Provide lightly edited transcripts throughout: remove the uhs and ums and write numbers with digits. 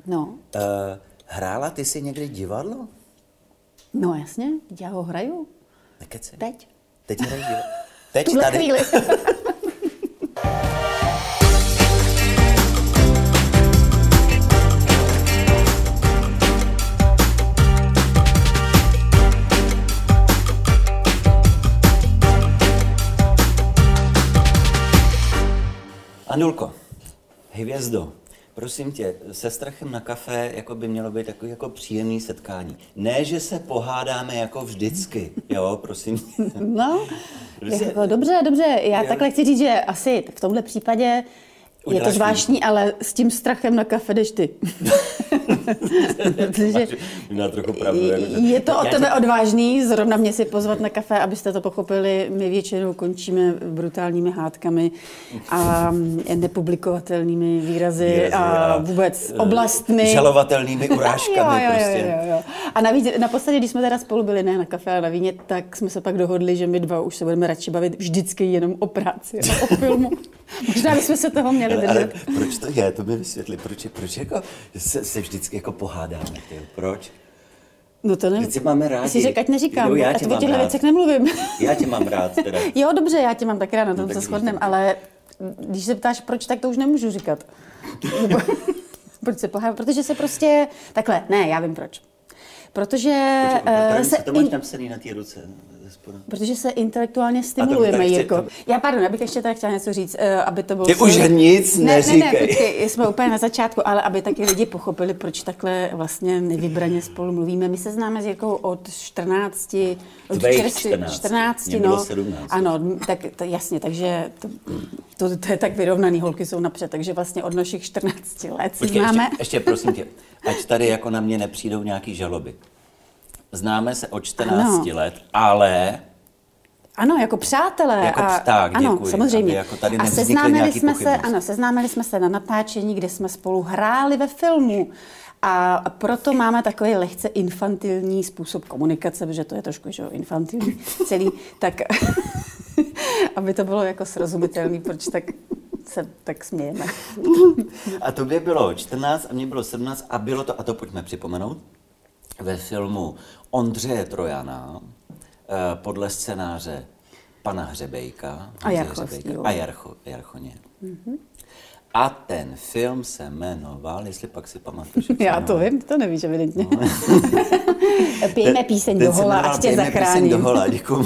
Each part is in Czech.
No. Hrála ty si někdy divadlo? No jasně, já ho hraju. Nekeci. Teď. Teď hraješ divadlo? Teď Tuhle tady. chvíli. Andulko, hvězdo, prosím tě, se Strachem na kafe jako by mělo být takový jako příjemný setkání. Ne, že se pohádáme jako vždycky, jo, prosím tě. No, jako dobře. Já takhle chci říct, že asi v tomhle případě je to zvláštní, ale s tím Strachem na kafe jdeš ty. Trochu pravdu, je to od tebe odvážný, zrovna mě si pozvat na kafe, abyste to pochopili. My většinou končíme brutálními hádkami a nepublikovatelnými výrazy a vůbec oblastmi. Žalovatelnými urážkami prostě. Jo. A navíc naposledy, když jsme teda spolu byli ne na kafe, ale na víně, tak jsme se pak dohodli, že my dva už se budeme radši bavit vždycky jenom o práci a o filmu. Možná bychom se toho měli držet. Ale proč to je? To mi vysvětli. Proč jako se vždycky jako pohádáme? Proč? No to nevím. Teď se máme rádi. Jsi řekl, ať neříkám, já a o těchto věcech nemluvím. Já tě mám rád teda. Jo, dobře, já tě mám taky rád, na tom se shodneme, ale když se ptáš proč, tak to už nemůžu říkat. Proč se pohádám? Protože se prostě... Takhle, ne, já vím proč. Protože to máš napsaný na té ruce. Protože se intelektuálně stimulujeme, Jirko. Já bych ještě tak chtěla něco říct, aby to bylo... Ty už nic neříkej. Ne, počkej, jsme úplně na začátku, ale aby taky lidi pochopili, proč takhle vlastně nevybraně spolu mluvíme. My se známe s Jirkou od 14, no. 17. Ano, tak to, jasně, takže to je tak vyrovnaný, holky jsou napřed, takže vlastně od našich 14 let se známe. Ještě prosím tě, ať tady jako na mě nepřijdou nějaký žaloby. Známe se od 14 let, ale... Ano, jako přátelé. Tak, děkuji. Ano, samozřejmě. Jako tady a seznámili jsme se na natáčení, kde jsme spolu hráli ve filmu. A proto máme takový lehce infantilní způsob komunikace, protože to je trošku infantilní celý, tak aby to bylo jako srozumitelný, proč se tak smějeme. A tobě bylo 14 a mně bylo 17 a bylo to, a to pojďme připomenout, ve filmu Ondřeje Trojana podle scénáře pana Hřebejka a Jarchoně. Mm-hmm. A ten film se jmenoval, jestli pak si pamatuješ. Já to vím, to nevíš evidentně. No. Pějme píseň do hola, ať tě zachráním. Píseň do hola, děkuju.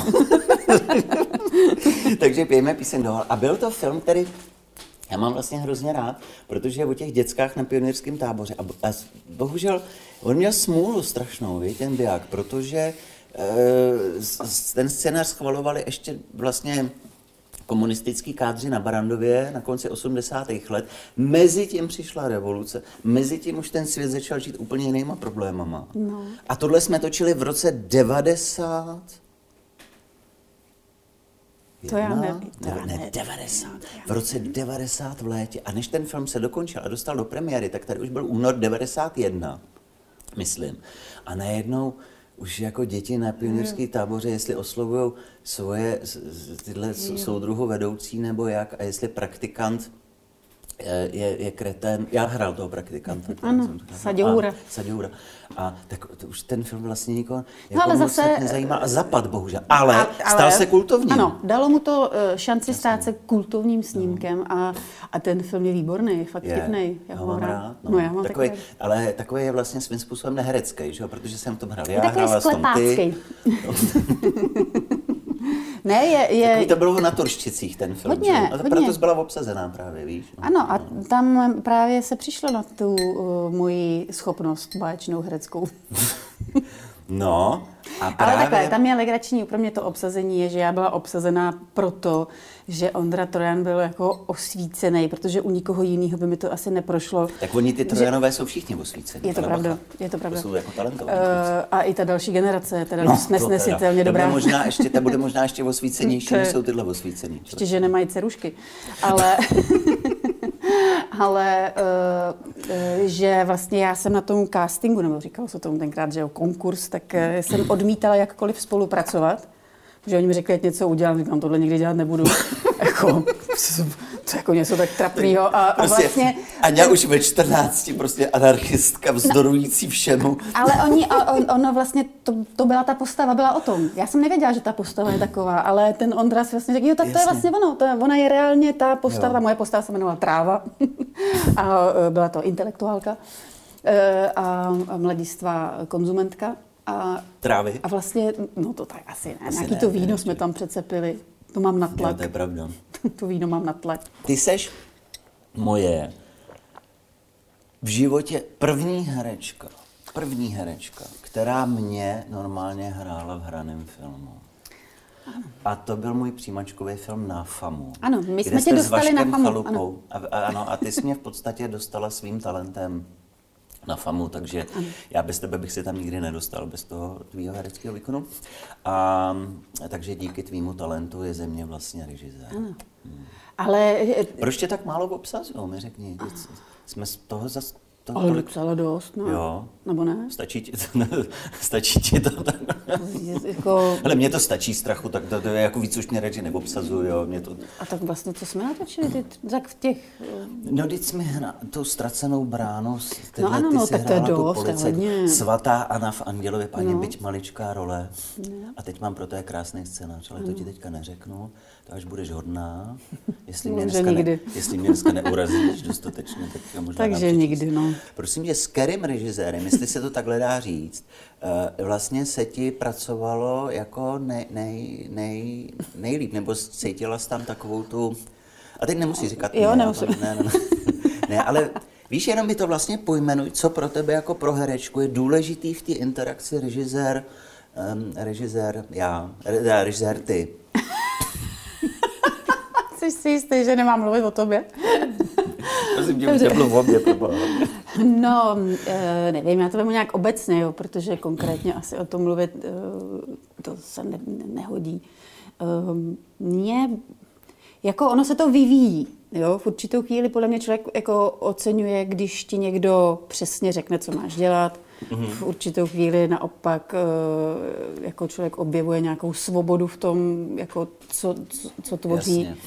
Takže Pějme píseň do hola. A byl to film, který já mám vlastně hrozně rád, protože je o těch dětskách na pionýrském táboře. A bohužel on měl smůlu strašnou, ten biják, protože ten scénář schvalovali ještě vlastně komunistický kádři na Barrandově na konci 80. let. Mezitím přišla revoluce, mezitím už ten svět začal žít úplně jinýma problémama. No. A tohle jsme točili v roce 90. To já nevím. Ne, 90. V roce 90 v létě. A než ten film se dokončil a dostal do premiéry, tak tady už byl únor 91, myslím. A najednou už jako děti na pionýrský táboře, jestli oslovují svoje tyhle soudruhu vedoucí nebo jak, a jestli praktikant je kretén. Já hrál toho praktikanta. Ano, Saďoura. A tak to už ten film vlastně nikoho jako moc nezajímá a zapad, bohužel. Ale stal se kultovním. Ano, dalo mu to šanci stát se kultovním snímkem a ten film je výborný, fakt vtipnej. Já ho mám rád. No, já mám takový. Ale takový je vlastně svým způsobem neherecký, že? Protože jsem v tom hrál. Já takový sklepácký. Ne, takový to bylo na Turščicích ten film. Hodně. Proto jsi byla obsazená právě, víš? Ano, a tam právě se přišlo na tu moji schopnost báječnou hereckou. No, a právě... Ale takhle, tam je legrační, pro mě to obsazení je, že já byla obsazená proto, že Ondra Trojan byl jako osvícený, protože u nikoho jiného by mi to asi neprošlo. Tak oni ty Trojanové jsou všichni osvícení. Je to pravda, je to pravda. To jsou jako talentovaní. A i ta další generace je teda nesnesitelně dobrá. Ta bude možná ještě osvícenější, než jsou tyhle osvícení. Ještě, že nemají cerušky. Ale že vlastně já jsem na tom castingu, nebo říkalo se tomu tenkrát, že konkurs, tak jsem odmítala jakkoliv spolupracovat, protože oni mi řekli, ať něco udělám, říkám, tohle nikdy dělat nebudu. Jako, To jako něco tak trapného. A prostě vlastně... Aňa už ve 14, prostě anarchistka vzdorující všemu. Ale ono vlastně, to byla ta postava, byla o tom. Já jsem nevěděla, že ta postava je taková, ale ten Ondra si vlastně řekl, jo, tak to je vlastně ono. Ona je reálně ta postava, ta moje postava se jmenovala Tráva. A byla to intelektuálka a mladistvá konzumentka. Trávy? A vlastně, no to tak asi ne. Nějaký to víno jsme tam přecepili. To mám na tlak. Jo, to je pravda. To víno mám na tlak. Ty seš moje v životě první herečka, která mě normálně hrála v hraném filmu. A to byl můj příjmačkový film Na famu. Ano, my jsme tě dostali na famu. Ano. A ty jsi mě v podstatě dostala svým talentem na famu, takže já bez tebe bych se tam nikdy nedostal, bez toho tvýho hereckého výkonu. Takže díky tvýmu talentu je ze mě vlastně režisér. Ano. Ale... Proč tě tak málo obsazují, mi řekni. Jsme z toho zase... Ale docela dost, no. Jo. Nebo ne? Stačí ti to tak? Jako... Hele, mně to stačí strachu, tak to je jako víc už mě reči neobsazuju, jo. Mě to... A tak vlastně, co jsme natočili, tak v těch... No, teď jsme tu Ztracenou bránu, no ano, ty si tak to je hrála dost, tu hodně. Svatá Anna v Andělově páně, byť maličká role. No. A teď mám pro to je krásný scénář, ale to ti teďka neřeknu, to až budeš hodná, jestli mě dneska neurazíš dostatečně, tak možná. Takže nikdy, no. Prosím tě, s kterým režisérem, jestli se to takhle dá říct, vlastně se ti pracovalo jako nejlíp, nebo cítila jsi tam takovou tu... A teď nemusíš říkat... Jo, nemusím. Ne, ale víš, jenom mi to vlastně pojmenuj, co pro tebe jako pro herečku je důležitý v té interakci režisér ty. Jsi si jistý, že nemám mluvit o tobě? Prosím tě, už nemluv o mě, No, nevím, já to vemu nějak obecně, jo, protože konkrétně asi o tom mluvit to se nehodí. Mně, jako ono se to vyvíjí, jo, v určitou chvíli podle mě člověk jako oceňuje, když ti někdo přesně řekne, co máš dělat. V určitou chvíli naopak jako člověk objevuje nějakou svobodu v tom, jako co tvoří. Jasně.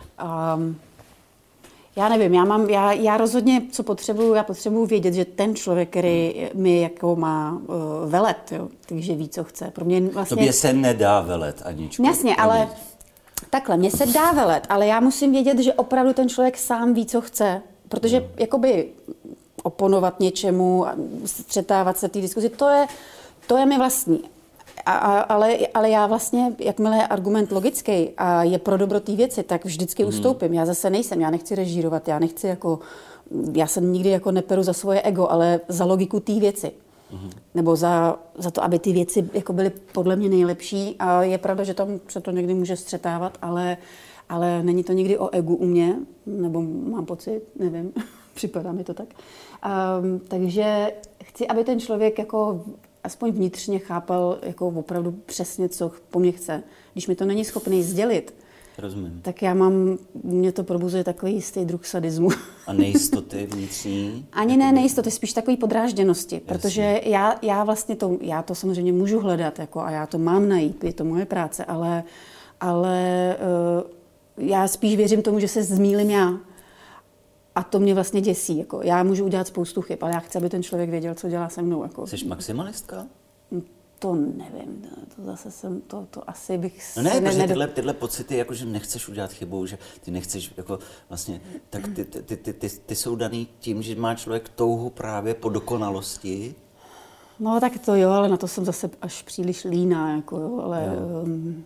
Já nevím, já rozhodně, co potřebuju, já potřebuju vědět, že ten člověk, který mi jako má velet, jo, takže ví, co chce. Pro mě vlastně... Tobě se nedá velet, Aničko. Jasně, ale takhle, mně se dá velet, ale já musím vědět, že opravdu ten člověk sám ví, co chce, protože jakoby oponovat něčemu, střetávat se v té diskuzi, to je mi vlastní. Ale já vlastně, jakmile je argument logický a je pro dobro té věci, tak vždycky ustoupím. Já zase nejsem, já nechci režírovat, já jsem nikdy jako neperu za svoje ego, ale za logiku té věci. Nebo za to, aby ty věci jako byly podle mě nejlepší. A je pravda, že tam se to někdy může střetávat, ale není to nikdy o egu u mě, nebo mám pocit, nevím, připadá mi to tak. Takže chci, aby ten člověk jako aspoň vnitřně chápal jako opravdu přesně, co po mně chce. Když mi to není schopný sdělit, rozumím. Tak mě to probuzuje takový jistý druh sadismu. A nejistoty vnitřní? Ani ne nejistoty, spíš takový podrážděnosti, protože já to samozřejmě můžu hledat jako, a já to mám najít, je to moje práce, ale já spíš věřím tomu, že se zmýlím já. A to mě vlastně děsí. Jako. Já můžu udělat spoustu chyb, ale já chci, aby ten člověk věděl, co dělá se mnou. Jako. Jsi maximalistka? To nevím, to zase jsem, to asi bych... No ne, protože tyhle pocity, jako, že nechceš udělat chybu, že ty nechceš, jako vlastně, tak ty jsou daný tím, že má člověk touhu právě po dokonalosti. No tak to jo, ale na to jsem zase až příliš líná, jako jo, ale... Jo.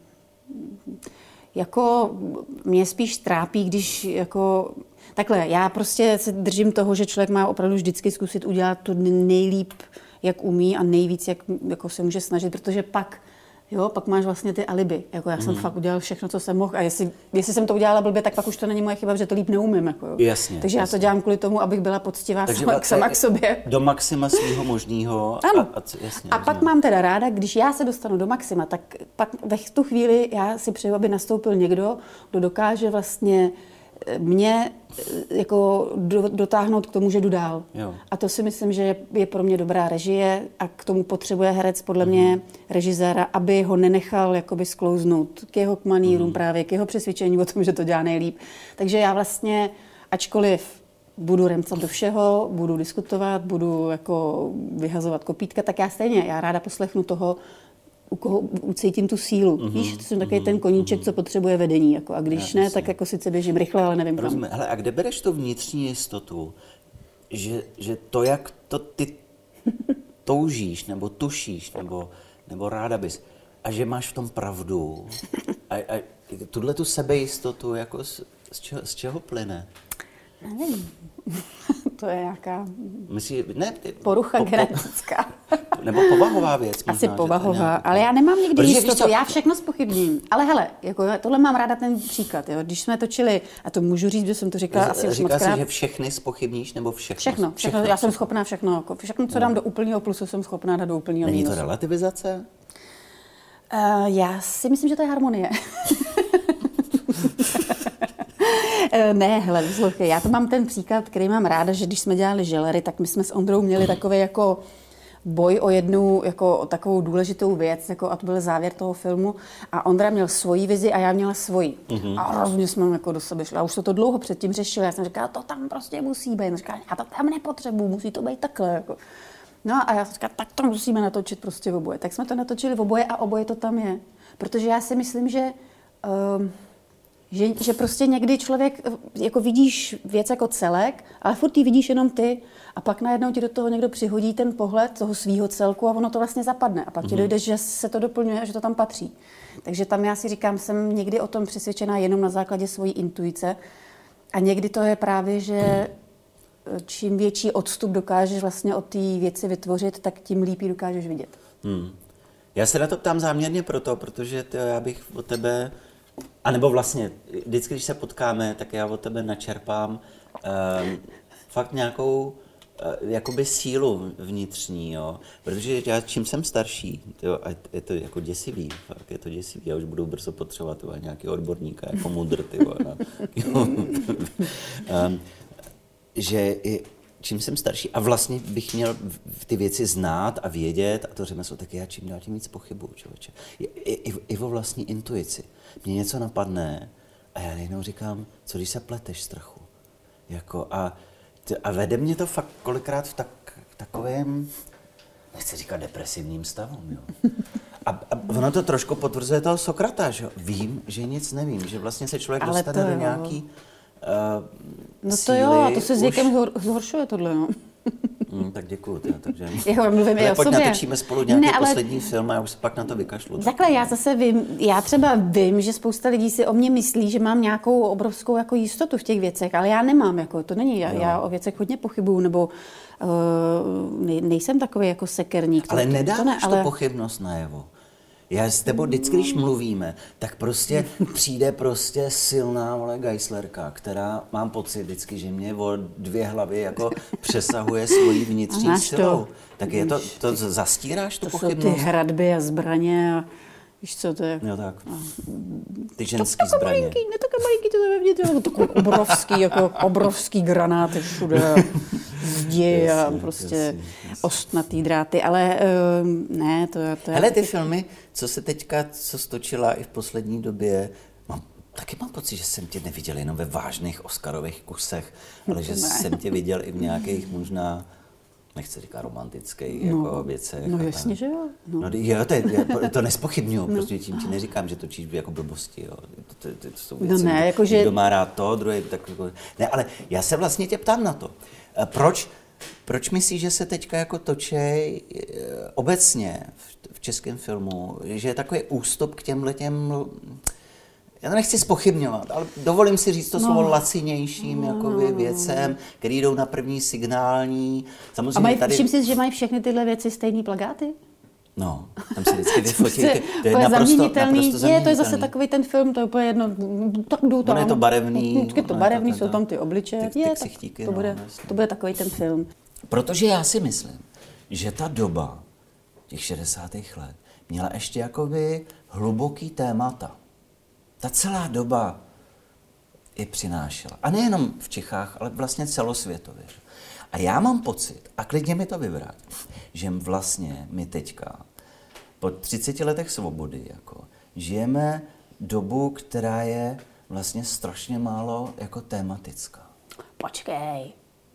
Jako mě spíš trápí, když jako... Takhle, já prostě se držím toho, že člověk má opravdu vždycky zkusit udělat to nejlíp, jak umí a nejvíc, jak jako se může snažit, protože pak máš vlastně ty alibi. Jako já jsem fakt udělal všechno, co jsem mohl a jestli jsem to udělala blbě, tak pak už to není moje chyba, že to líp neumím. Jako, jo. Jasně. Takže jasně. Já to dělám kvůli tomu, abych byla poctivá sama k sobě. Do maxima svýho možného. Ano. Jasně, a pak mám teda ráda, když já se dostanu do maxima, tak pak ve tu chvíli já si přeju, aby nastoupil někdo, kdo dokáže vlastně mě jako dotáhnout k tomu, že jdu dál. Jo. A to si myslím, že je pro mě dobrá režie a k tomu potřebuje herec podle mě režiséra, aby ho nenechal jakoby sklouznout k jeho manírům právě, k jeho přesvědčení o tom, že to dělá nejlíp. Takže já vlastně, ačkoliv budu remcat do všeho, budu diskutovat, budu jako vyhazovat kopítka, tak já ráda poslechnu toho, u koho ucítím tu sílu. Víš, to jsem takový ten koníček, co potřebuje vedení. Jako, a když ne, tak jako sice běžím rychle, ale nevím kam. Hele, a kde bereš tu vnitřní jistotu, že to, jak to ty toužíš, nebo tušíš, nebo ráda bys, a že máš v tom pravdu, a tuhle tu sebejistotu, jako z čeho plyne? Nevím. To je nějaká porucha genetická. Nebo povahová věc. Asi povahová, ale já nemám nikdy jistotu, já všechno zpochybním. Ale hele, jako tohle mám ráda ten příklad, jo. Když jsme točili, a to můžu říct, že jsem to říkala asi už mockrát. Říká si, že všechny zpochybníš, nebo všechno? Všechno. Já jsem schopná všechno, jako všechno, co dám do úplného plusu, jsem schopná dát do úplného mínusu. Není to relativizace? Já si myslím, že to je harmonie. Ne, hele, poslouchej, já to mám ten příklad, který mám ráda, že když jsme dělali Želery, tak my jsme s Ondrou měli takový jako boj o jednu jako takovou důležitou věc, jako, a to byl závěr toho filmu. A Ondra měl svoji vizi a já měla svoji. A hrozně jsme jako do sebe šli. A už se to dlouho předtím řešili. Já jsem říkala, to tam prostě musí být. Říkala, já to tam nepotřebuji, musí to být takhle. Jako. No a já jsem říkala, tak to musíme natočit prostě v oboje. Tak jsme to natočili v oboje a oboje to tam je. Protože já si myslím, že prostě někdy člověk, jako vidíš věc jako celek, ale furt ji vidíš jenom ty a pak najednou ti do toho někdo přihodí ten pohled toho svýho celku a ono to vlastně zapadne. A pak ti dojde, že se to doplňuje a že to tam patří. Takže tam já si říkám, jsem někdy o tom přesvědčená jenom na základě svojí intuice a někdy to je právě, že čím větší odstup dokážeš vlastně od té věci vytvořit, tak tím líp ji dokážeš vidět. Já se na to ptám záměrně protože já bych od tebe, anebo vlastně vždycky, když se potkáme, tak já od tebe načerpám fakt nějakou jakoby sílu vnitřní, jo. Protože já čím jsem starší, jo, a je to jako děsivý, fakt je to děsivý, já už budu brzo potřebovat nějaký odborníka, jako mudr, že čím jsem starší a vlastně bych měl ty věci znát a vědět a to řemeslo, tak já čím dál tím víc pochybuju, člověče. I o vlastní intuici. Mně něco napadne a já jenom říkám, co když se pleteš strachu. Jako a vede mě to fakt kolikrát v takovém, nechci říkat depresivním stavu, jo. A ono to trošku potvrzuje toho Sokrata, že vím, že nic nevím, že vlastně se člověk dostane do nějaký no to jo, a to se s věkem zhoršuje tohle, no. Tak děkuju. Takže mluvím i o pojď sobě. Natočíme spolu nějaký poslední film a já už se pak na to vykašlu. Takhle já zase vím, já třeba vím, že spousta lidí si o mě myslí, že mám nějakou obrovskou jako jistotu v těch věcech, ale já nemám, jako to není, já o věcech hodně pochybuju, nebo nejsem takový jako sekerník. Ale nedáš tu pochybnost najevo. Já s tebou vždycky, když mluvíme, tak prostě přijde prostě silná Geislerka, která mám pocit vždycky, že mě o 2 hlavy jako přesahuje svojí vnitřní silou. Tak je to zastíráš tu pochybnost? To jsou ty hradby a zbraně a víš co to je? Jo tak. Ty ženský zbraně. Ne takové malinký, to je vevnitř, takový obrovský, jako obrovský granáty všude, zdi a prostě ostnatý dráty, ale ne, to je... Hele, ty filmy, co stočila i v poslední době, taky mám pocit, že jsem tě neviděl jenom ve vážných oscarových kusech, ale že jsem tě viděl i v nějakých možná, nechci říkat romantických jako věcech. No jasně, že jo. No jo, to nespochybnuju, prostě tím ti neříkám, že točíš jako blbosti, jo. To jsou věci, kdo má rád to, druhý tak jako... Ne, ale já se vlastně tě ptám na to. Proč myslíš, že se teďka jako točej obecně v českém filmu, že je takový ústup k těmhletěm, já to nechci zpochybňovat, ale dovolím si říct to slovo lacinějším věcem, který jdou na první signální. Samozřejmě a všim si, že mají všechny tyhle věci stejný plakáty? No, tam se vždycky vyfotí. To je naprosto zaměnitelný. To je zase takový ten film, to je úplně jedno, tak jdu tam. Je to barevný. Je to barevný, jsou tam ty obličeje. To bude takový ten film. Protože já si myslím, že ta doba těch 60. let měla ještě jakoby hluboký témata. Ta celá doba i přinášela. A nejenom v Čechách, ale vlastně celosvětově. A já mám pocit, a klidně mi to vyvrať, že vlastně my teďka po 30 letech svobody jako, žijeme dobu, která je vlastně strašně málo jako tématická. Počkej.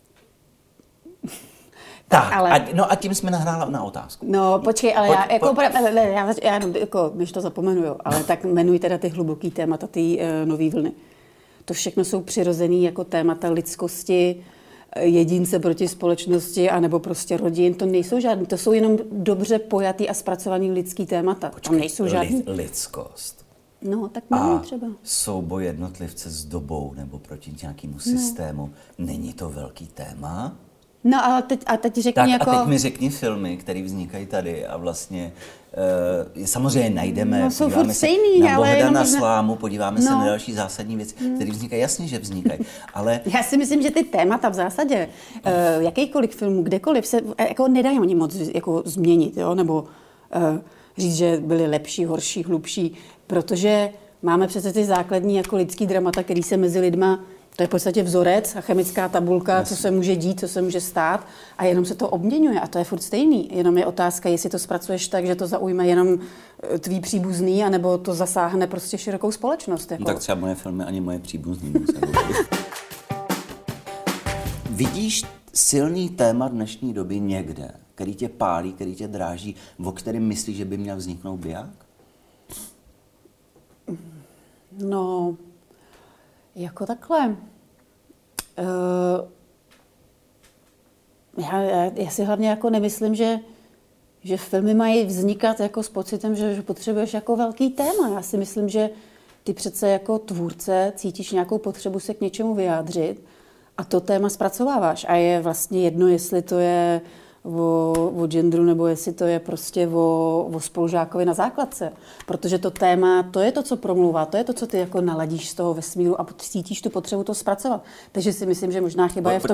Tak, ale... a tím jsme nahrála na otázku. No, počkej, ale já jako, když to zapomenu, jo, ale tak jmenuj teda ty hluboký témata, ty nový vlny. To všechno jsou přirozený jako témata lidskosti, jedince proti společnosti, anebo prostě rodin. To nejsou žádný, to jsou jenom dobře pojatý a zpracovaný lidský témata. Počkej, tam nejsou žádný. Lidskost. No, tak jmenuj třeba. Souboj jednotlivce s dobou nebo proti nějakému systému. Není to velký téma? No a teď řekni tak, jako... a teď mi řekni filmy, které vznikají tady a vlastně samozřejmě najdeme, podíváme se na Bohdana Slámu, podíváme se na další zásadní věci, které vznikají, jasně, že vznikají, ale... Já si myslím, že ty témata v zásadě, jakýkoliv filmů, kdekoliv, se jako nedají oni moc jako změnit, jo? Nebo říct, že byly lepší, horší, hlubší, protože máme přece ty základní jako lidský dramata, který se mezi lidma. To je v podstatě vzorec a chemická tabulka, co se může dít, co se může stát a jenom se to obměňuje a to je furt stejný. Jenom je otázka, jestli to zpracuješ tak, že to zaujme jenom tvý příbuzný, anebo to zasáhne prostě širokou společnost. Jako. No tak třeba moje filmy ani moje příbuzný. Vidíš silný téma dnešní doby někde, který tě pálí, který tě dráží, o kterém myslíš, že by měl vzniknout biják? No... Jako takhle. Já si hlavně jako nemyslím, že filmy mají vznikat jako s pocitem, že potřebuješ jako velký téma. Já si myslím, že ty přece jako tvůrce cítíš nějakou potřebu se k něčemu vyjádřit a to téma zpracováváš. A je vlastně jedno, jestli to je o genderu, nebo jestli to je prostě o spolužákovi na základce. Protože to téma, to je to, co promluvá, to je to, co ty jako naladíš z toho vesmíru a cítíš tu potřebu to zpracovat. Takže si myslím, že možná chyba je v tom,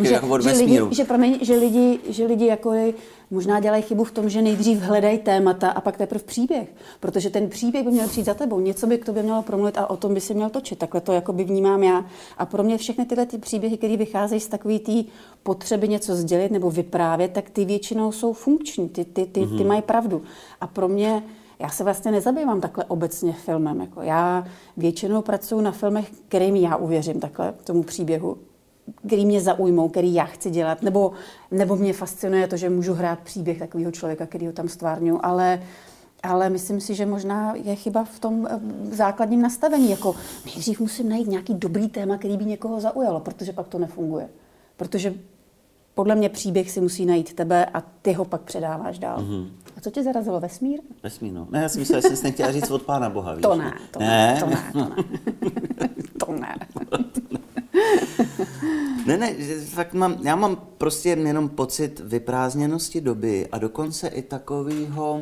že lidi jako možná dělají chybu v tom, že nejdřív hledají témata a pak teprve příběh. Protože ten příběh by měl přijít za tebou, něco by k tobě mělo promluvit a o tom by si měl točit. Takhle to jakoby vnímám já. A pro mě všechny tyhle ty příběhy, které vycházejí z takové té potřeby něco sdělit nebo vyprávět, tak ty většinou jsou funkční, ty mají pravdu. A pro mě, já se vlastně nezabývám takhle obecně filmem. Jako já většinou pracuji na filmech, kterým já uvěřím takhle tomu příběhu, který mě zaujmou, který já chci dělat, nebo mě fascinuje to, že můžu hrát příběh takového člověka, který ho tam stvárňuji, ale myslím si, že možná je chyba v tom základním nastavení. Jako nejdřív musím najít nějaký dobrý téma, který by někoho zaujalo, protože pak to nefunguje. Protože podle mě příběh si musí najít tebe a ty ho pak předáváš dál. Mm-hmm. A co tě zarazilo? Vesmír? Vesmír, no. Ne, já si myslel, že jsi nechtěla říct od Pána Boha. Víš? To ne. Ne, fakt já mám prostě jenom pocit vyprázdněnosti doby a dokonce i takovýho...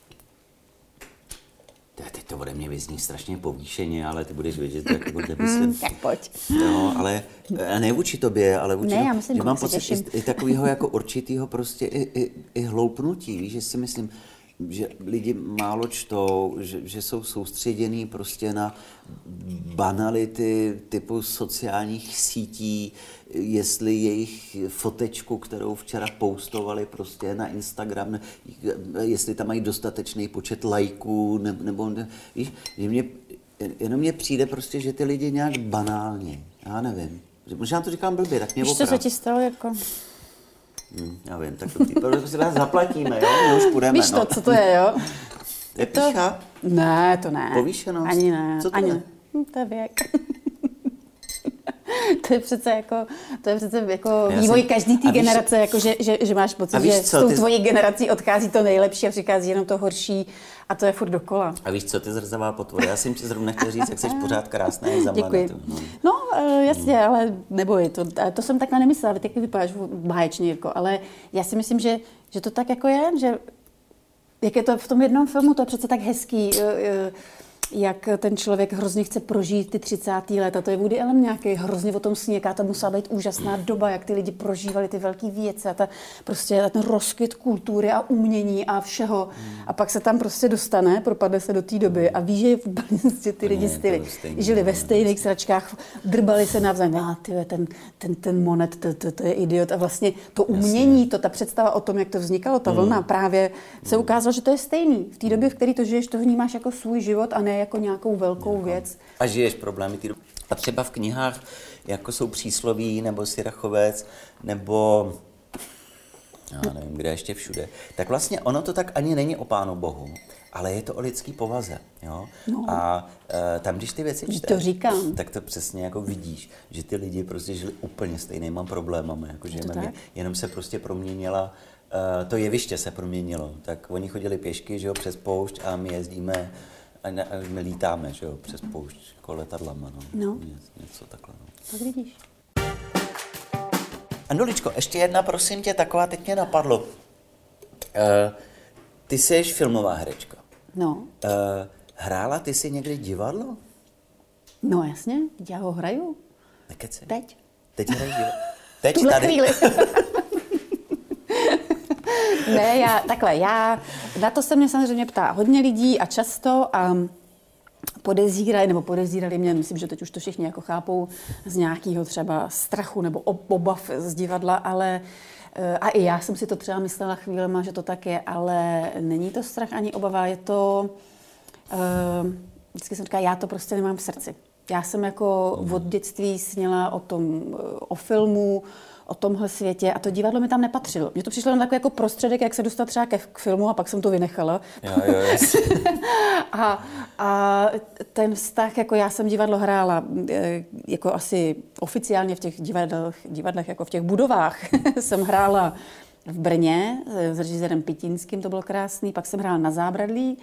Teď to ode mě vyzní strašně povýšeně, ale ty budeš vědět, jak jako myslím. Tak pojď. No, ale ne vůči tobě, ale vůči... Ne, já myslím, že mám pocit i takového jako určitýho prostě i hloupnutí, víš, že si myslím, že lidi málo čtou, že jsou soustředění prostě na banality typu sociálních sítí, jestli jejich fotečku, kterou včera postovali prostě na Instagram, jestli tam mají dostatečný počet lajků, nebo víš, že jenom mně přijde prostě, že ty lidi nějak banálně, já nevím, možná to říkám blbě, tak mě oprav. Víš, co se ti stalo jako... Já vím, tak to si vás zaplatíme, jo? My už půjdeme, víš to, co to je, jo? Je pícha? Ne, to ne. Povýšenost? Ani ne. Co to ani je? Ne. To je věk. To je přece jako vývoj každý té generace, jako že máš pocit, že s tou tvojí generací odchází to nejlepší a přichází jenom to horší a to je furt dokola. A víš co, ty zrzavá potvora? Já jsem ti zrovna nechtěl říct, jak jsi pořád krásná i za děkuji. No, jasně, ale neboj, to jsem takhle nemyslela, ty taky vypadáš báječně, Jirko, ale já si myslím, že to tak jako je, že jak je to v tom jednom filmu, to je přece tak hezký, jak ten člověk hrozně chce prožít ty 30. léta. To je Woody Allen nějaký, hrozně o tom sní, jaká to musela být úžasná doba, jak ty lidi prožívali ty velké věci a prostě ten rozkvět kultury a umění a všeho. A pak se tam prostě dostane, propadne se do té doby a ví, že vlastně ty lidi žili ve stejných sračkách, drbali se navzájem. Ten Monet, to je idiot. A vlastně to umění, ta představa o tom, jak to vznikalo, ta vlna právě se ukázalo, že to je stejný. V té době, v které to žiješ, to vnímáš jako svůj život a ne jako nějakou velkou věc. A žiješ problémy té doby. A třeba v knihách, jako jsou Přísloví, nebo Sirachovec, nebo já nevím, kde ještě všude, tak vlastně ono to tak ani není o Pánu Bohu, ale je to o lidský povaze. Jo? No. A tam, když ty věci čteš, tak to přesně jako vidíš, že ty lidi prostě žili úplně stejnýma problémami, jako žijeme, jenom se prostě proměnila, to jeviště se proměnilo. Tak oni chodili pěšky, že jo, přes poušť a my jezdíme a my lítáme, že jo, přes poušť jako letadlama, no. Něco takhle, no. Tak vidíš. Andoličko, ještě jedna, prosím tě, taková teď mě napadlo. Ty jsi filmová herečka. No. Hrála ty jsi někdy divadlo? No jasně, já ho hraju. Nekeci. Teď. Teď hraješ divadlo? Teď tuhle tady? Chvíli. Ne, já na to se mě samozřejmě ptá hodně lidí a často a podezírali mě, myslím, že teď už to všichni jako chápou, z nějakého třeba strachu nebo obav z divadla, ale a i já jsem si to třeba myslela chvílema, že to tak je, ale není to strach ani obava, je to, vždycky jsem říkala, já to prostě nemám v srdci. Já jsem jako od dětství sněla o filmu, o tomhle světě a to divadlo mi tam nepatřilo. Mně to přišlo jen takový jako prostředek, jak se dostat třeba k filmu a pak jsem to vynechala. a ten vztah, jako já jsem divadlo hrála, jako asi oficiálně v těch divadlech jako v těch budovách jsem hrála v Brně s režisérem Pitínským, to bylo krásný, pak jsem hrála na Zábradlí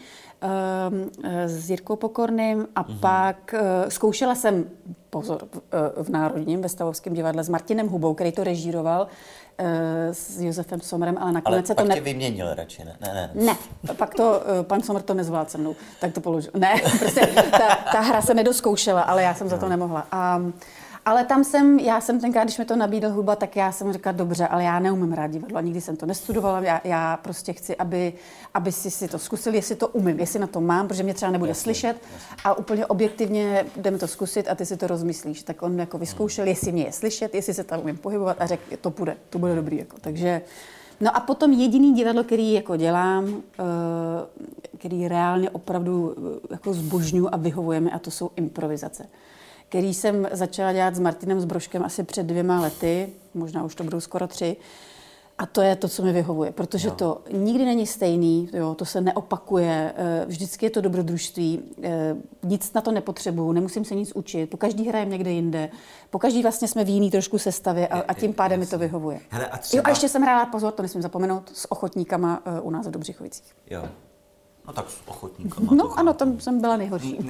s Jirkou Pokorným a pak zkoušela jsem, v Národním, ve Stavovském divadle s Martinem Hubou, který to režíroval s Josefem Sommerem, ale nakonec se to... Ale pak tě vyměnil radši, ne? Ne, pak to, pan Sommer to nezvládl se mnou, tak to položil. Ne, prostě ta hra se nedoskoušela, ale já jsem za to nemohla. Ale já jsem tenkrát, když mi to nabídl Huba, tak já jsem říkala, dobře, ale já neumím hrát divadlo a nikdy jsem to nestudovala. Já prostě chci, aby si to zkusili, jestli to umím, jestli na to mám, protože mě třeba nebude slyšet a úplně objektivně jdeme to zkusit a ty si to rozmyslíš. Tak on jako vyzkoušel, jestli mě je slyšet, jestli se tam umím pohybovat a řekl, to bude dobrý. Jako. Takže, no a potom jediný divadlo, který jako dělám, který reálně opravdu jako zbožňuji a vyhovujeme, a to jsou improvizace, který jsem začala dělat s Martinem Zbroškem asi před 2 lety, možná už to budou skoro 3. A to je to, co mi vyhovuje, protože to nikdy není stejný, to se neopakuje, vždycky je to dobrodružství, nic na to nepotřebuju, nemusím se nic učit, po každý hrajem někde jinde, po každý vlastně jsme v jiný trošku sestavě a tím pádem mi to vyhovuje. Hele, a ještě jsem hrála, pozor, to nesmím zapomenout, s ochotníkama u nás v Dobřichovicích. Jo, no tak s ochotníkama. No ano, tam jsem byla nejhorší.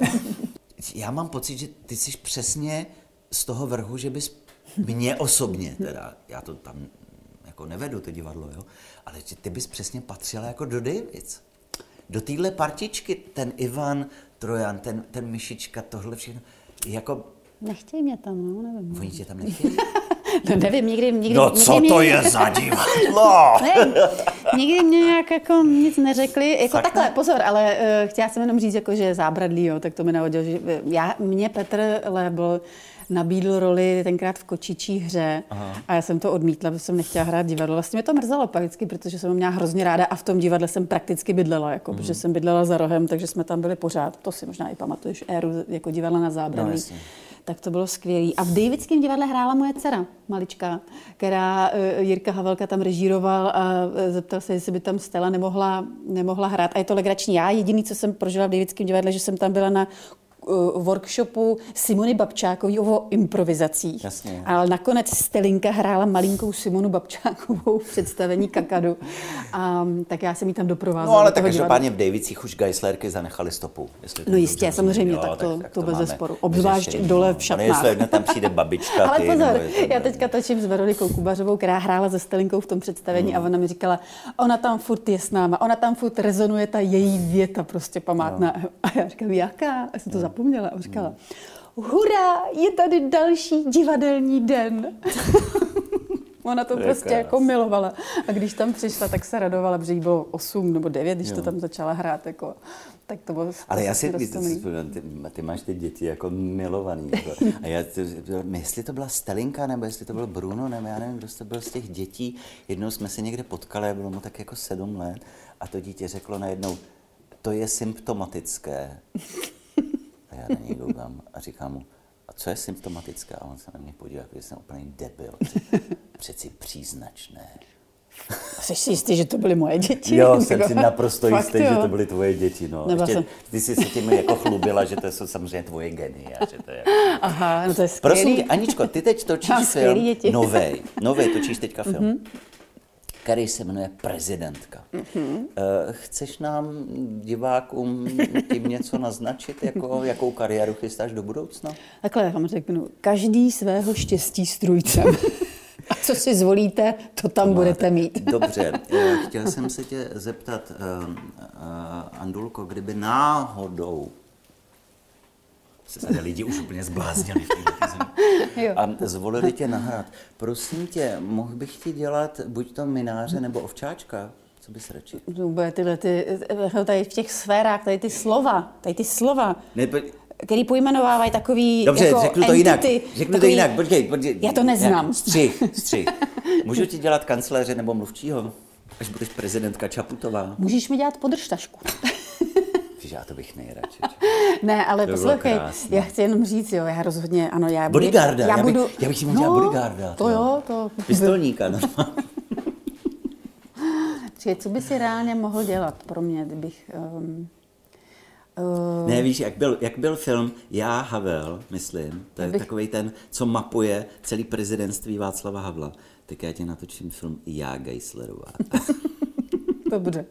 Já mám pocit, že ty jsi přesně z toho vrhu, že bys mě osobně, teda já to tam jako nevedu, to divadlo, jo, ale že ty bys přesně patřila jako do Davids. Do téhle partičky, ten Ivan, Trojan, ten Myšička, tohle všechno, jako... Nechtějí mě tam, no, nevím. Oni tě tam nechtějí? No nevím, nikdy... No co nikdy to je za divadlo? Ne, nikdy mě nějak jako nic neřekli. Jako takhle, pozor, ale chtěla jsem jenom říct, jako, že Zábradlí, jo, tak to mi navodil, že mě Petr Lebl nabídl roli tenkrát v Kočičí hře. Aha. A já jsem to odmítla, protože jsem nechtěla hrát divadlo. Vlastně mě to mrzelo prakticky, protože jsem ho měla hrozně ráda a v tom divadle jsem prakticky bydlela, jako, protože jsem bydlela za rohem, takže jsme tam byli pořád. To si možná i pamatuješ, éru jako divadla na Zábradlí. No, tak to bylo skvělé. A v Davidském divadle hrála moje dcera, malička, která Jirka Havelka tam režíroval a zeptal se, jestli by tam Stella nemohla hrát. A je to legrační. Já jediný, co jsem prožila v Davidském divadle, že jsem tam byla na workshopu Simony Babčákový o improvizacích. Jasně. Ale nakonec Stelinka hrála malinkou Simonu Babčákovou v představení Kakadu. A tak já jsem jí tam doprovázela. No ale tak každopádně v Davicích už Geislerky zanechali stopu. No jistě, samozřejmě, tak to bez zesporu. Obzvlášť dole v šatnách. Jestli jedno tam přijde babička. Ale pozor, já teďka točím s Veronikou Kubařovou, která hrála se Stelinkou v tom představení a ona mi říkala, ona tam furt je s náma, ona tam furt rezonuje ta její věta prostě památná. No. A já říkám, jaká? Já jsem to zapomněla. A říkala, hurá, je tady další divadelní den. Ona to prostě jako milovala. A když tam přišla, tak se radovala, protože jí bylo 8 nebo 9, když to tam začala hrát. Jako, tak to bylo. Ale já si, ty máš ty děti jako milovaný. Jako. A jestli to byla Stelinka, nebo jestli to byl Bruno, nebo já nevím, kdo to byl z těch dětí. Jednou jsme se někde potkali, bylo mu tak jako 7 let. A to dítě řeklo najednou, to je symptomatické. A já na něj koukám a říkám mu, a co je symptomatické? A on se na mě podívá, že jsem úplný debil. Přeci příznačné. Jsi si jistý, že to byly moje děti? Jo, jsem si naprosto jistý, že to byly tvoje děti. No. Ještě, ty jsi se tím jako chlubila, že to jsou samozřejmě tvoje geny. Že to je... Aha, no to je skvělý. Prosím tě, Aničko, ty teď točíš film, novej, točíš teďka film, který se jmenuje Prezidentka. Chceš nám, divákům, tím něco naznačit, jako, jakou kariéru chystáš do budoucna? Takhle vám řeknu, každý svého štěstí strůjcem. A co si zvolíte, to tam budete mít. Dobře, chtěl jsem se tě zeptat, Andulko, kdyby náhodou se tady lidi už úplně zbláznili v této zemi a zvolili tě nahrát. Prosím tě, mohl bych ti dělat buď to mináře nebo ovčáčka? Co bys radši? Tady v těch sférách, tady ty slova. Který pojmenovávají takový dobře, jako řeknu to entity, jinak. Řeknu to jinak, počkej. Já to neznám. Střih. Můžu ti dělat kancléře nebo mluvčího, až budeš prezidentka Čaputová? Můžeš mi dělat podržtašku. Já to bych nejradši. Ne, ale poslouchej, já chci jenom říct, jo, já rozhodně, ano, já budu... Bodyguarda, já bych si mohl dělat bodyguarda. To. Pistolníka, no. Co by si reálně mohl dělat pro mě, kdybych... Ne, víš, jak byl film Já Havel, myslím, to je takovej ten, co mapuje celý prezidentství Václava Havla, tak já tě natočím film Já Geislerová. Dobře.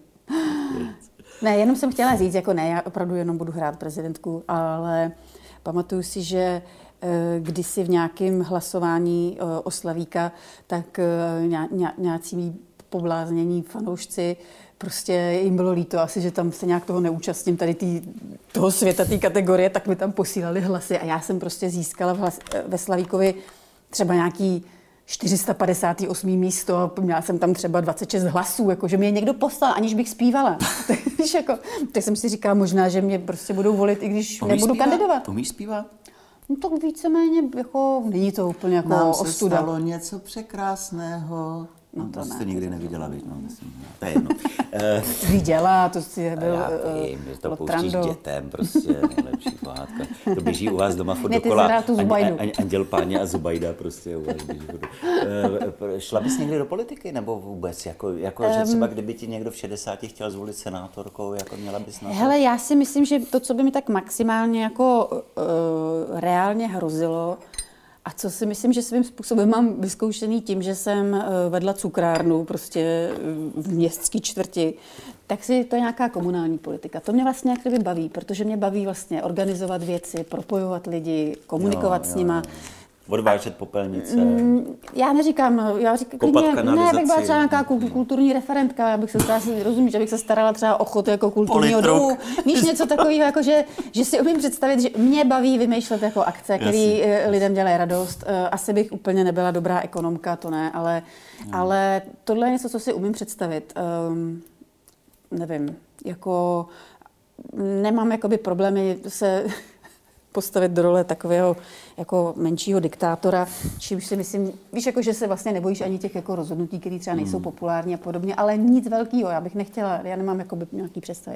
Ne, jenom jsem chtěla říct, jako ne, já opravdu jenom budu hrát prezidentku, ale pamatuju si, že kdysi v nějakém hlasování o Slavíka, tak nějací pobláznění fanoušci, prostě jim bylo líto asi, že tam se nějak toho neúčastním, tady toho světa, té kategorie, tak mi tam posílali hlasy a já jsem prostě získala ve Slavíkovi třeba nějaký 458. místo, měla jsem tam třeba 26 hlasů, jako, že mě někdo poslal, aniž bych zpívala. Tak jsem si říkala možná, že mě prostě budou volit, i když nebudu kandidovat. Umíš zpívat? No tak víceméně, jako, není to úplně jako nám ostuda. Se stalo něco překrásného. No to jsi to nikdy neviděla, víš, no, to je jedno. Viděla, to si byl já vím, že to pouštíš dětem, prostě nejlepší pohádka. To běží u vás doma furt dokola. Anděl Páně a Zubajda prostě u vás běží. Šla bys někdy do politiky, nebo vůbec? Jako že třeba kdyby ti někdo v 60 chtěl zvolit senátorkou, jako měla bys na to? Hele, já si myslím, že to, co by mi tak maximálně jako reálně hrozilo, a co si myslím, že svým způsobem mám vyzkoušený tím, že jsem vedla cukrárnu prostě v městské čtvrti, tak si to je nějaká komunální politika. To mě vlastně jak kdyby baví, protože mě baví vlastně organizovat věci, propojovat lidi, komunikovat s nima. Odvážet popelnice. Já neříkám, já říkám, ne, bych byla třeba nějaká kulturní referentka, já bych se rozumím, že bych se starala třeba o chod jako kulturního domu. Víš, něco takového, jako že si umím představit, že mě baví vymýšlet jako akce, které lidem dělají radost. Asi bych úplně nebyla dobrá ekonomka, to ne, ale tohle je něco, co si umím představit. Nevím, jako nemám jakoby problémy se postavit do role takového jako menšího diktátora, čímž si myslím, víš, jako, že se vlastně nebojíš ani těch jako rozhodnutí, které třeba nejsou populární a podobně, ale nic velkého, já bych nechtěla, já nemám jakoby nějaký představy.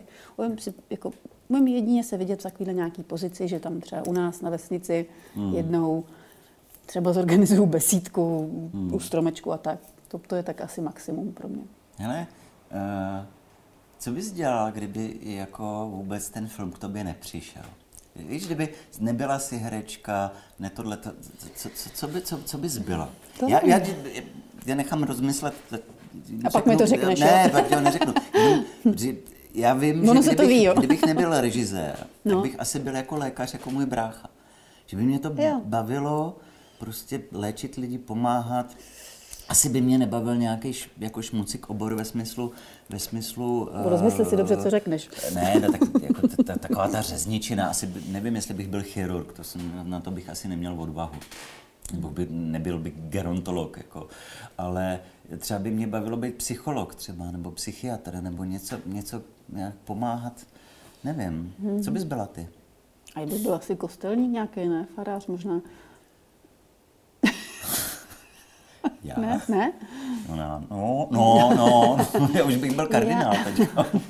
Umím jedině se vidět v takovéhle nějaký pozici, že tam třeba u nás na vesnici jednou třeba zorganizuju besídku u stromečku a tak. To je tak asi maximum pro mě. Hele, co bys dělal, kdyby jako vůbec ten film k tobě nepřišel? Víš, kdyby nebyla si herečka, ne tohle, co bys byla? Já nechám rozmyslet. A pak mi to řekneš, Ne, pak to neřeknu. Já vím, že kdybych nebyl režisér, tak bych asi byl jako lékař, jako můj brácha. Že by mě to bavilo prostě léčit lidi, pomáhat. Asi by mě nebavil nějaký jako šmucik obor ve smyslu... Rozmysli si dobře, co řekneš. Ne, jako taková ta řezničina, asi nevím, jestli bych byl chirurg, na to bych asi neměl odvahu. Nebo nebyl bych gerontolog, jako. Ale třeba by mě bavilo být psycholog třeba, nebo psychiatr, nebo něco nějak pomáhat, nevím. Co bys byla ty? A by byl asi kostelník nějaký, ne? Farář možná. Já? Ne? No, já už bych byl kardinál teď.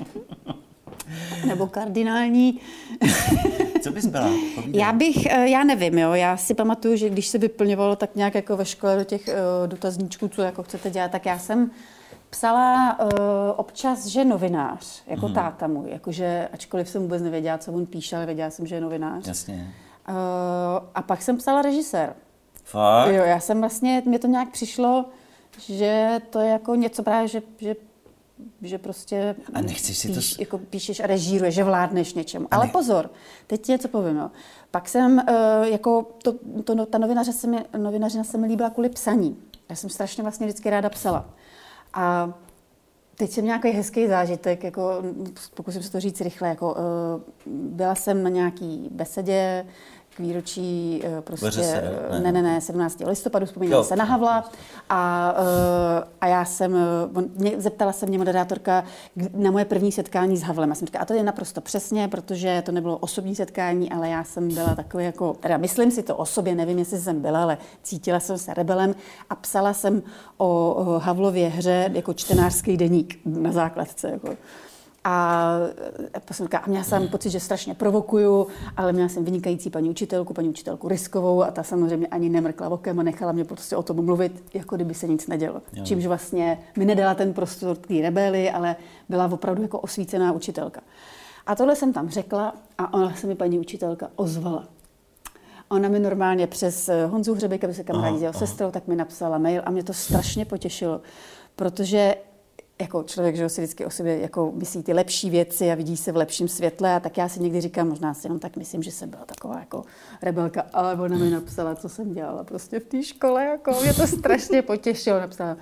Nebo kardinální. Co bys byla? Já nevím, jo. Já si pamatuju, že když se vyplňovalo tak nějak jako ve škole do těch dotazníčků, co jako chcete dělat, tak já jsem psala občas, že novinář, jako táta můj, jakože ačkoliv jsem vůbec nevěděla, co on píše, ale věděla jsem, že je novinář. Jasně. A pak jsem psala režisér. Fakt? Jo, já jsem vlastně, mně to nějak přišlo, že to je jako něco právě, že prostě a nechceš si jako píšeš a režíruješ, že vládneš něčemu. Ale pozor, teď ti něco povím. Jo. Pak jsem, jako ta novinařina se mi líbila kvůli psaní. Já jsem strašně vlastně vždycky ráda psala. A teď jsem nějaký hezký zážitek, jako, pokusím se to říct rychle, jako, byla jsem na nějaký besedě k výročí prostě, ne, 17. listopadu, vzpomínala se na Havla a já jsem, zeptala se mě moderátorka na moje první setkání s Havlem. Já jsem říkala, a to je naprosto přesně, protože to nebylo osobní setkání, ale já jsem byla takový jako, teda myslím si to o sobě, nevím, jestli jsem byla, ale cítila jsem se rebelem a psala jsem o Havlově hře jako čtenářský deník na základce, jako. A měla jsem pocit, že strašně provokuju, ale měla jsem vynikající paní učitelku Ryskovou a ta samozřejmě ani nemrkla okem a nechala mě prostě o tom mluvit, jako kdyby se nic nedělo. Jo. Čímž vlastně mi nedala ten prostor té rebelii, ale byla opravdu jako osvícená učitelka. A tohle jsem tam řekla a ona se mi paní učitelka ozvala. Ona mi normálně přes Honzu Hřebejka, by se kamarádi s jeho sestrou, tak mi napsala mail a mě to strašně potěšilo, protože jako člověk, že si vždycky o sobě jako myslí ty lepší věci a vidí se v lepším světle a tak já si někdy říkám, možná si jenom tak myslím, že jsem byla taková jako rebelka, ale ona mi napsala, co jsem dělala prostě v té škole, jako mě to strašně potěšilo, napsala.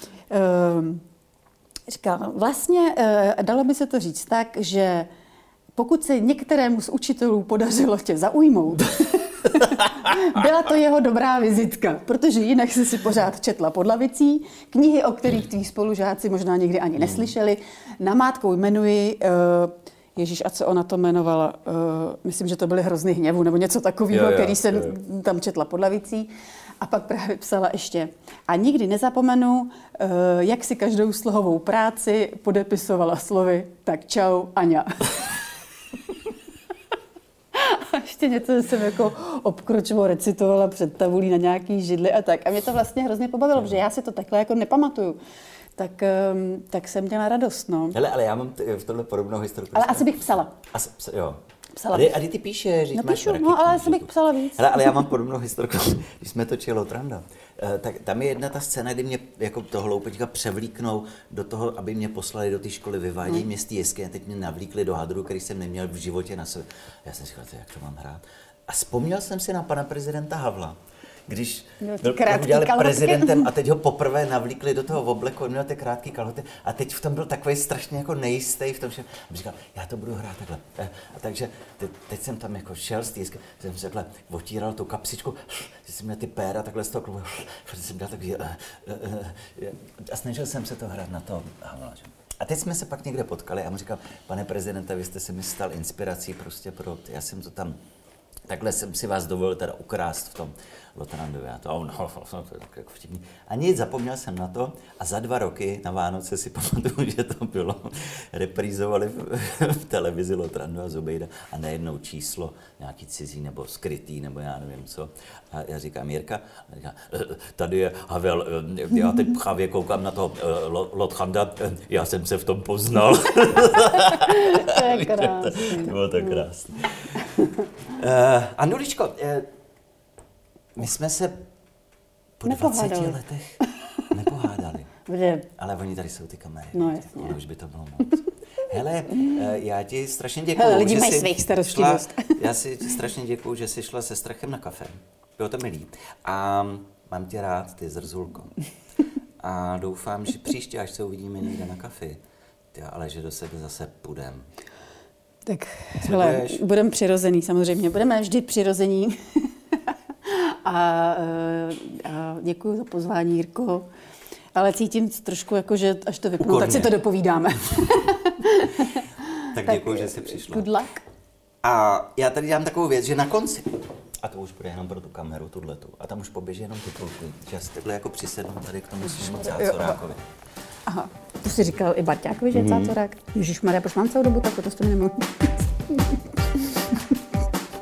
Říkala, vlastně dalo by se to říct tak, že pokud se některému z učitelů podařilo tě zaujmout, byla to jeho dobrá vizitka, protože jinak jsi si pořád četla pod lavicí, knihy, o kterých tví spolužáci možná nikdy ani neslyšeli. Namátkou jmenuji, Ježíš, a co ona to jmenovala? Myslím, že to byly Hrozný hněvu, nebo něco takového, který jsem tam četla pod lavicí. A pak právě psala ještě. A nikdy nezapomenu, jak si každou slohovou práci podepisovala slovy tak čau, Aňa. A ještě něco jsem jako obkročovo recitovala před tabulí na nějaký židli a tak. A mě to vlastně hrozně pobavilo, protože já si to takhle jako nepamatuju. Tak jsem měla radost, no. Hele, ale já mám v tomhle podobnou historku. Ale asi bych psala. Jo. Psala. A ty píšeš, Napíšu, ale asi bych psala víc. Hele, ale já mám podobnou historku, když jsme točili Lotranda. Tak tam je jedna ta scéna, kdy mě jako toho hloupečka převlíknou do toho, aby mě poslali do té školy, vyvádějí mě z té jeskyně a teď mě navlíkli do hadru, který jsem neměl v životě na sobě. Já jsem říkal, jak to mám hrát. A vzpomněl jsem si na pana prezidenta Havla, když byl udělali prezidentem a teď ho poprvé navlíkli do toho obleku, měl ty krátké kalhoty a teď v tom byl takový strašně jako nejistý v tom všem. A říkal, já to budu hrát takhle. A takže teď jsem tam jako šel z té jesky, jsem se takhle otíral tu kapsičku, že jsem měl ty péra takhle z toho klubu, jsem dělal takový a snažil jsem se to hrát na to Havla. A teď jsme se pak někde potkali a mu říkal, pane prezidente, vy jste se mi stal inspirací prostě já jsem to tam takhle jsem si vás dovolil teda ukrást v tom Lotrandovi. A to je tak jako vtipný. A nic, zapomněl jsem na to a za 2 roky na Vánoce si pamatuju, že to bylo. Reprízovali v televizi Lotrandu a Zobejda a nejednou číslo nějaký cizí nebo skrytý nebo já nevím co. A já říkám, Jirka, a říká, tady je Havel, já teď právě koukám na toho Lotranda, já jsem se v tom poznal. To je krásný. To bylo tak krásný. Anduličko, my jsme se po 20 letech nepohádali. Ale oni tady jsou ty kamery. No jasně. Už by to bylo moc. Hele, já ti strašně děkuju. Hele, lidi mají svých starostí dost. Já si strašně děkuju, že jsi šla se Strachem na kafe. Bylo to milý. A mám tě rád, ty zrzulko. A doufám, že příště, až se uvidíme někde na kafi, ale že do sebe zase půjdem. Tak, hele, budeme přirozený samozřejmě. Budeme vždy přirození. a děkuji za pozvání, Jirko. Ale cítím trošku, jako, že až to vypnu, tak si to dopovídáme. Tak děkuji, že jsi přišla. Good luck. A já tady dám takovou věc, že na konci, a to už bude jenom pro tu kameru, tuhletu, a tam už poběží jenom titulky, že já si takhle jako přisednu tady k tomu svému cácorákovi. Aha, to jsi říkal i Barťákovi, že je cácorák? Ježišmarja, proč mám celou dobu takhle, to jste mi nemluvil.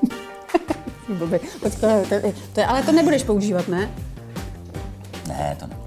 Počkej, ale to nebudeš používat, ne? Ne, to ne.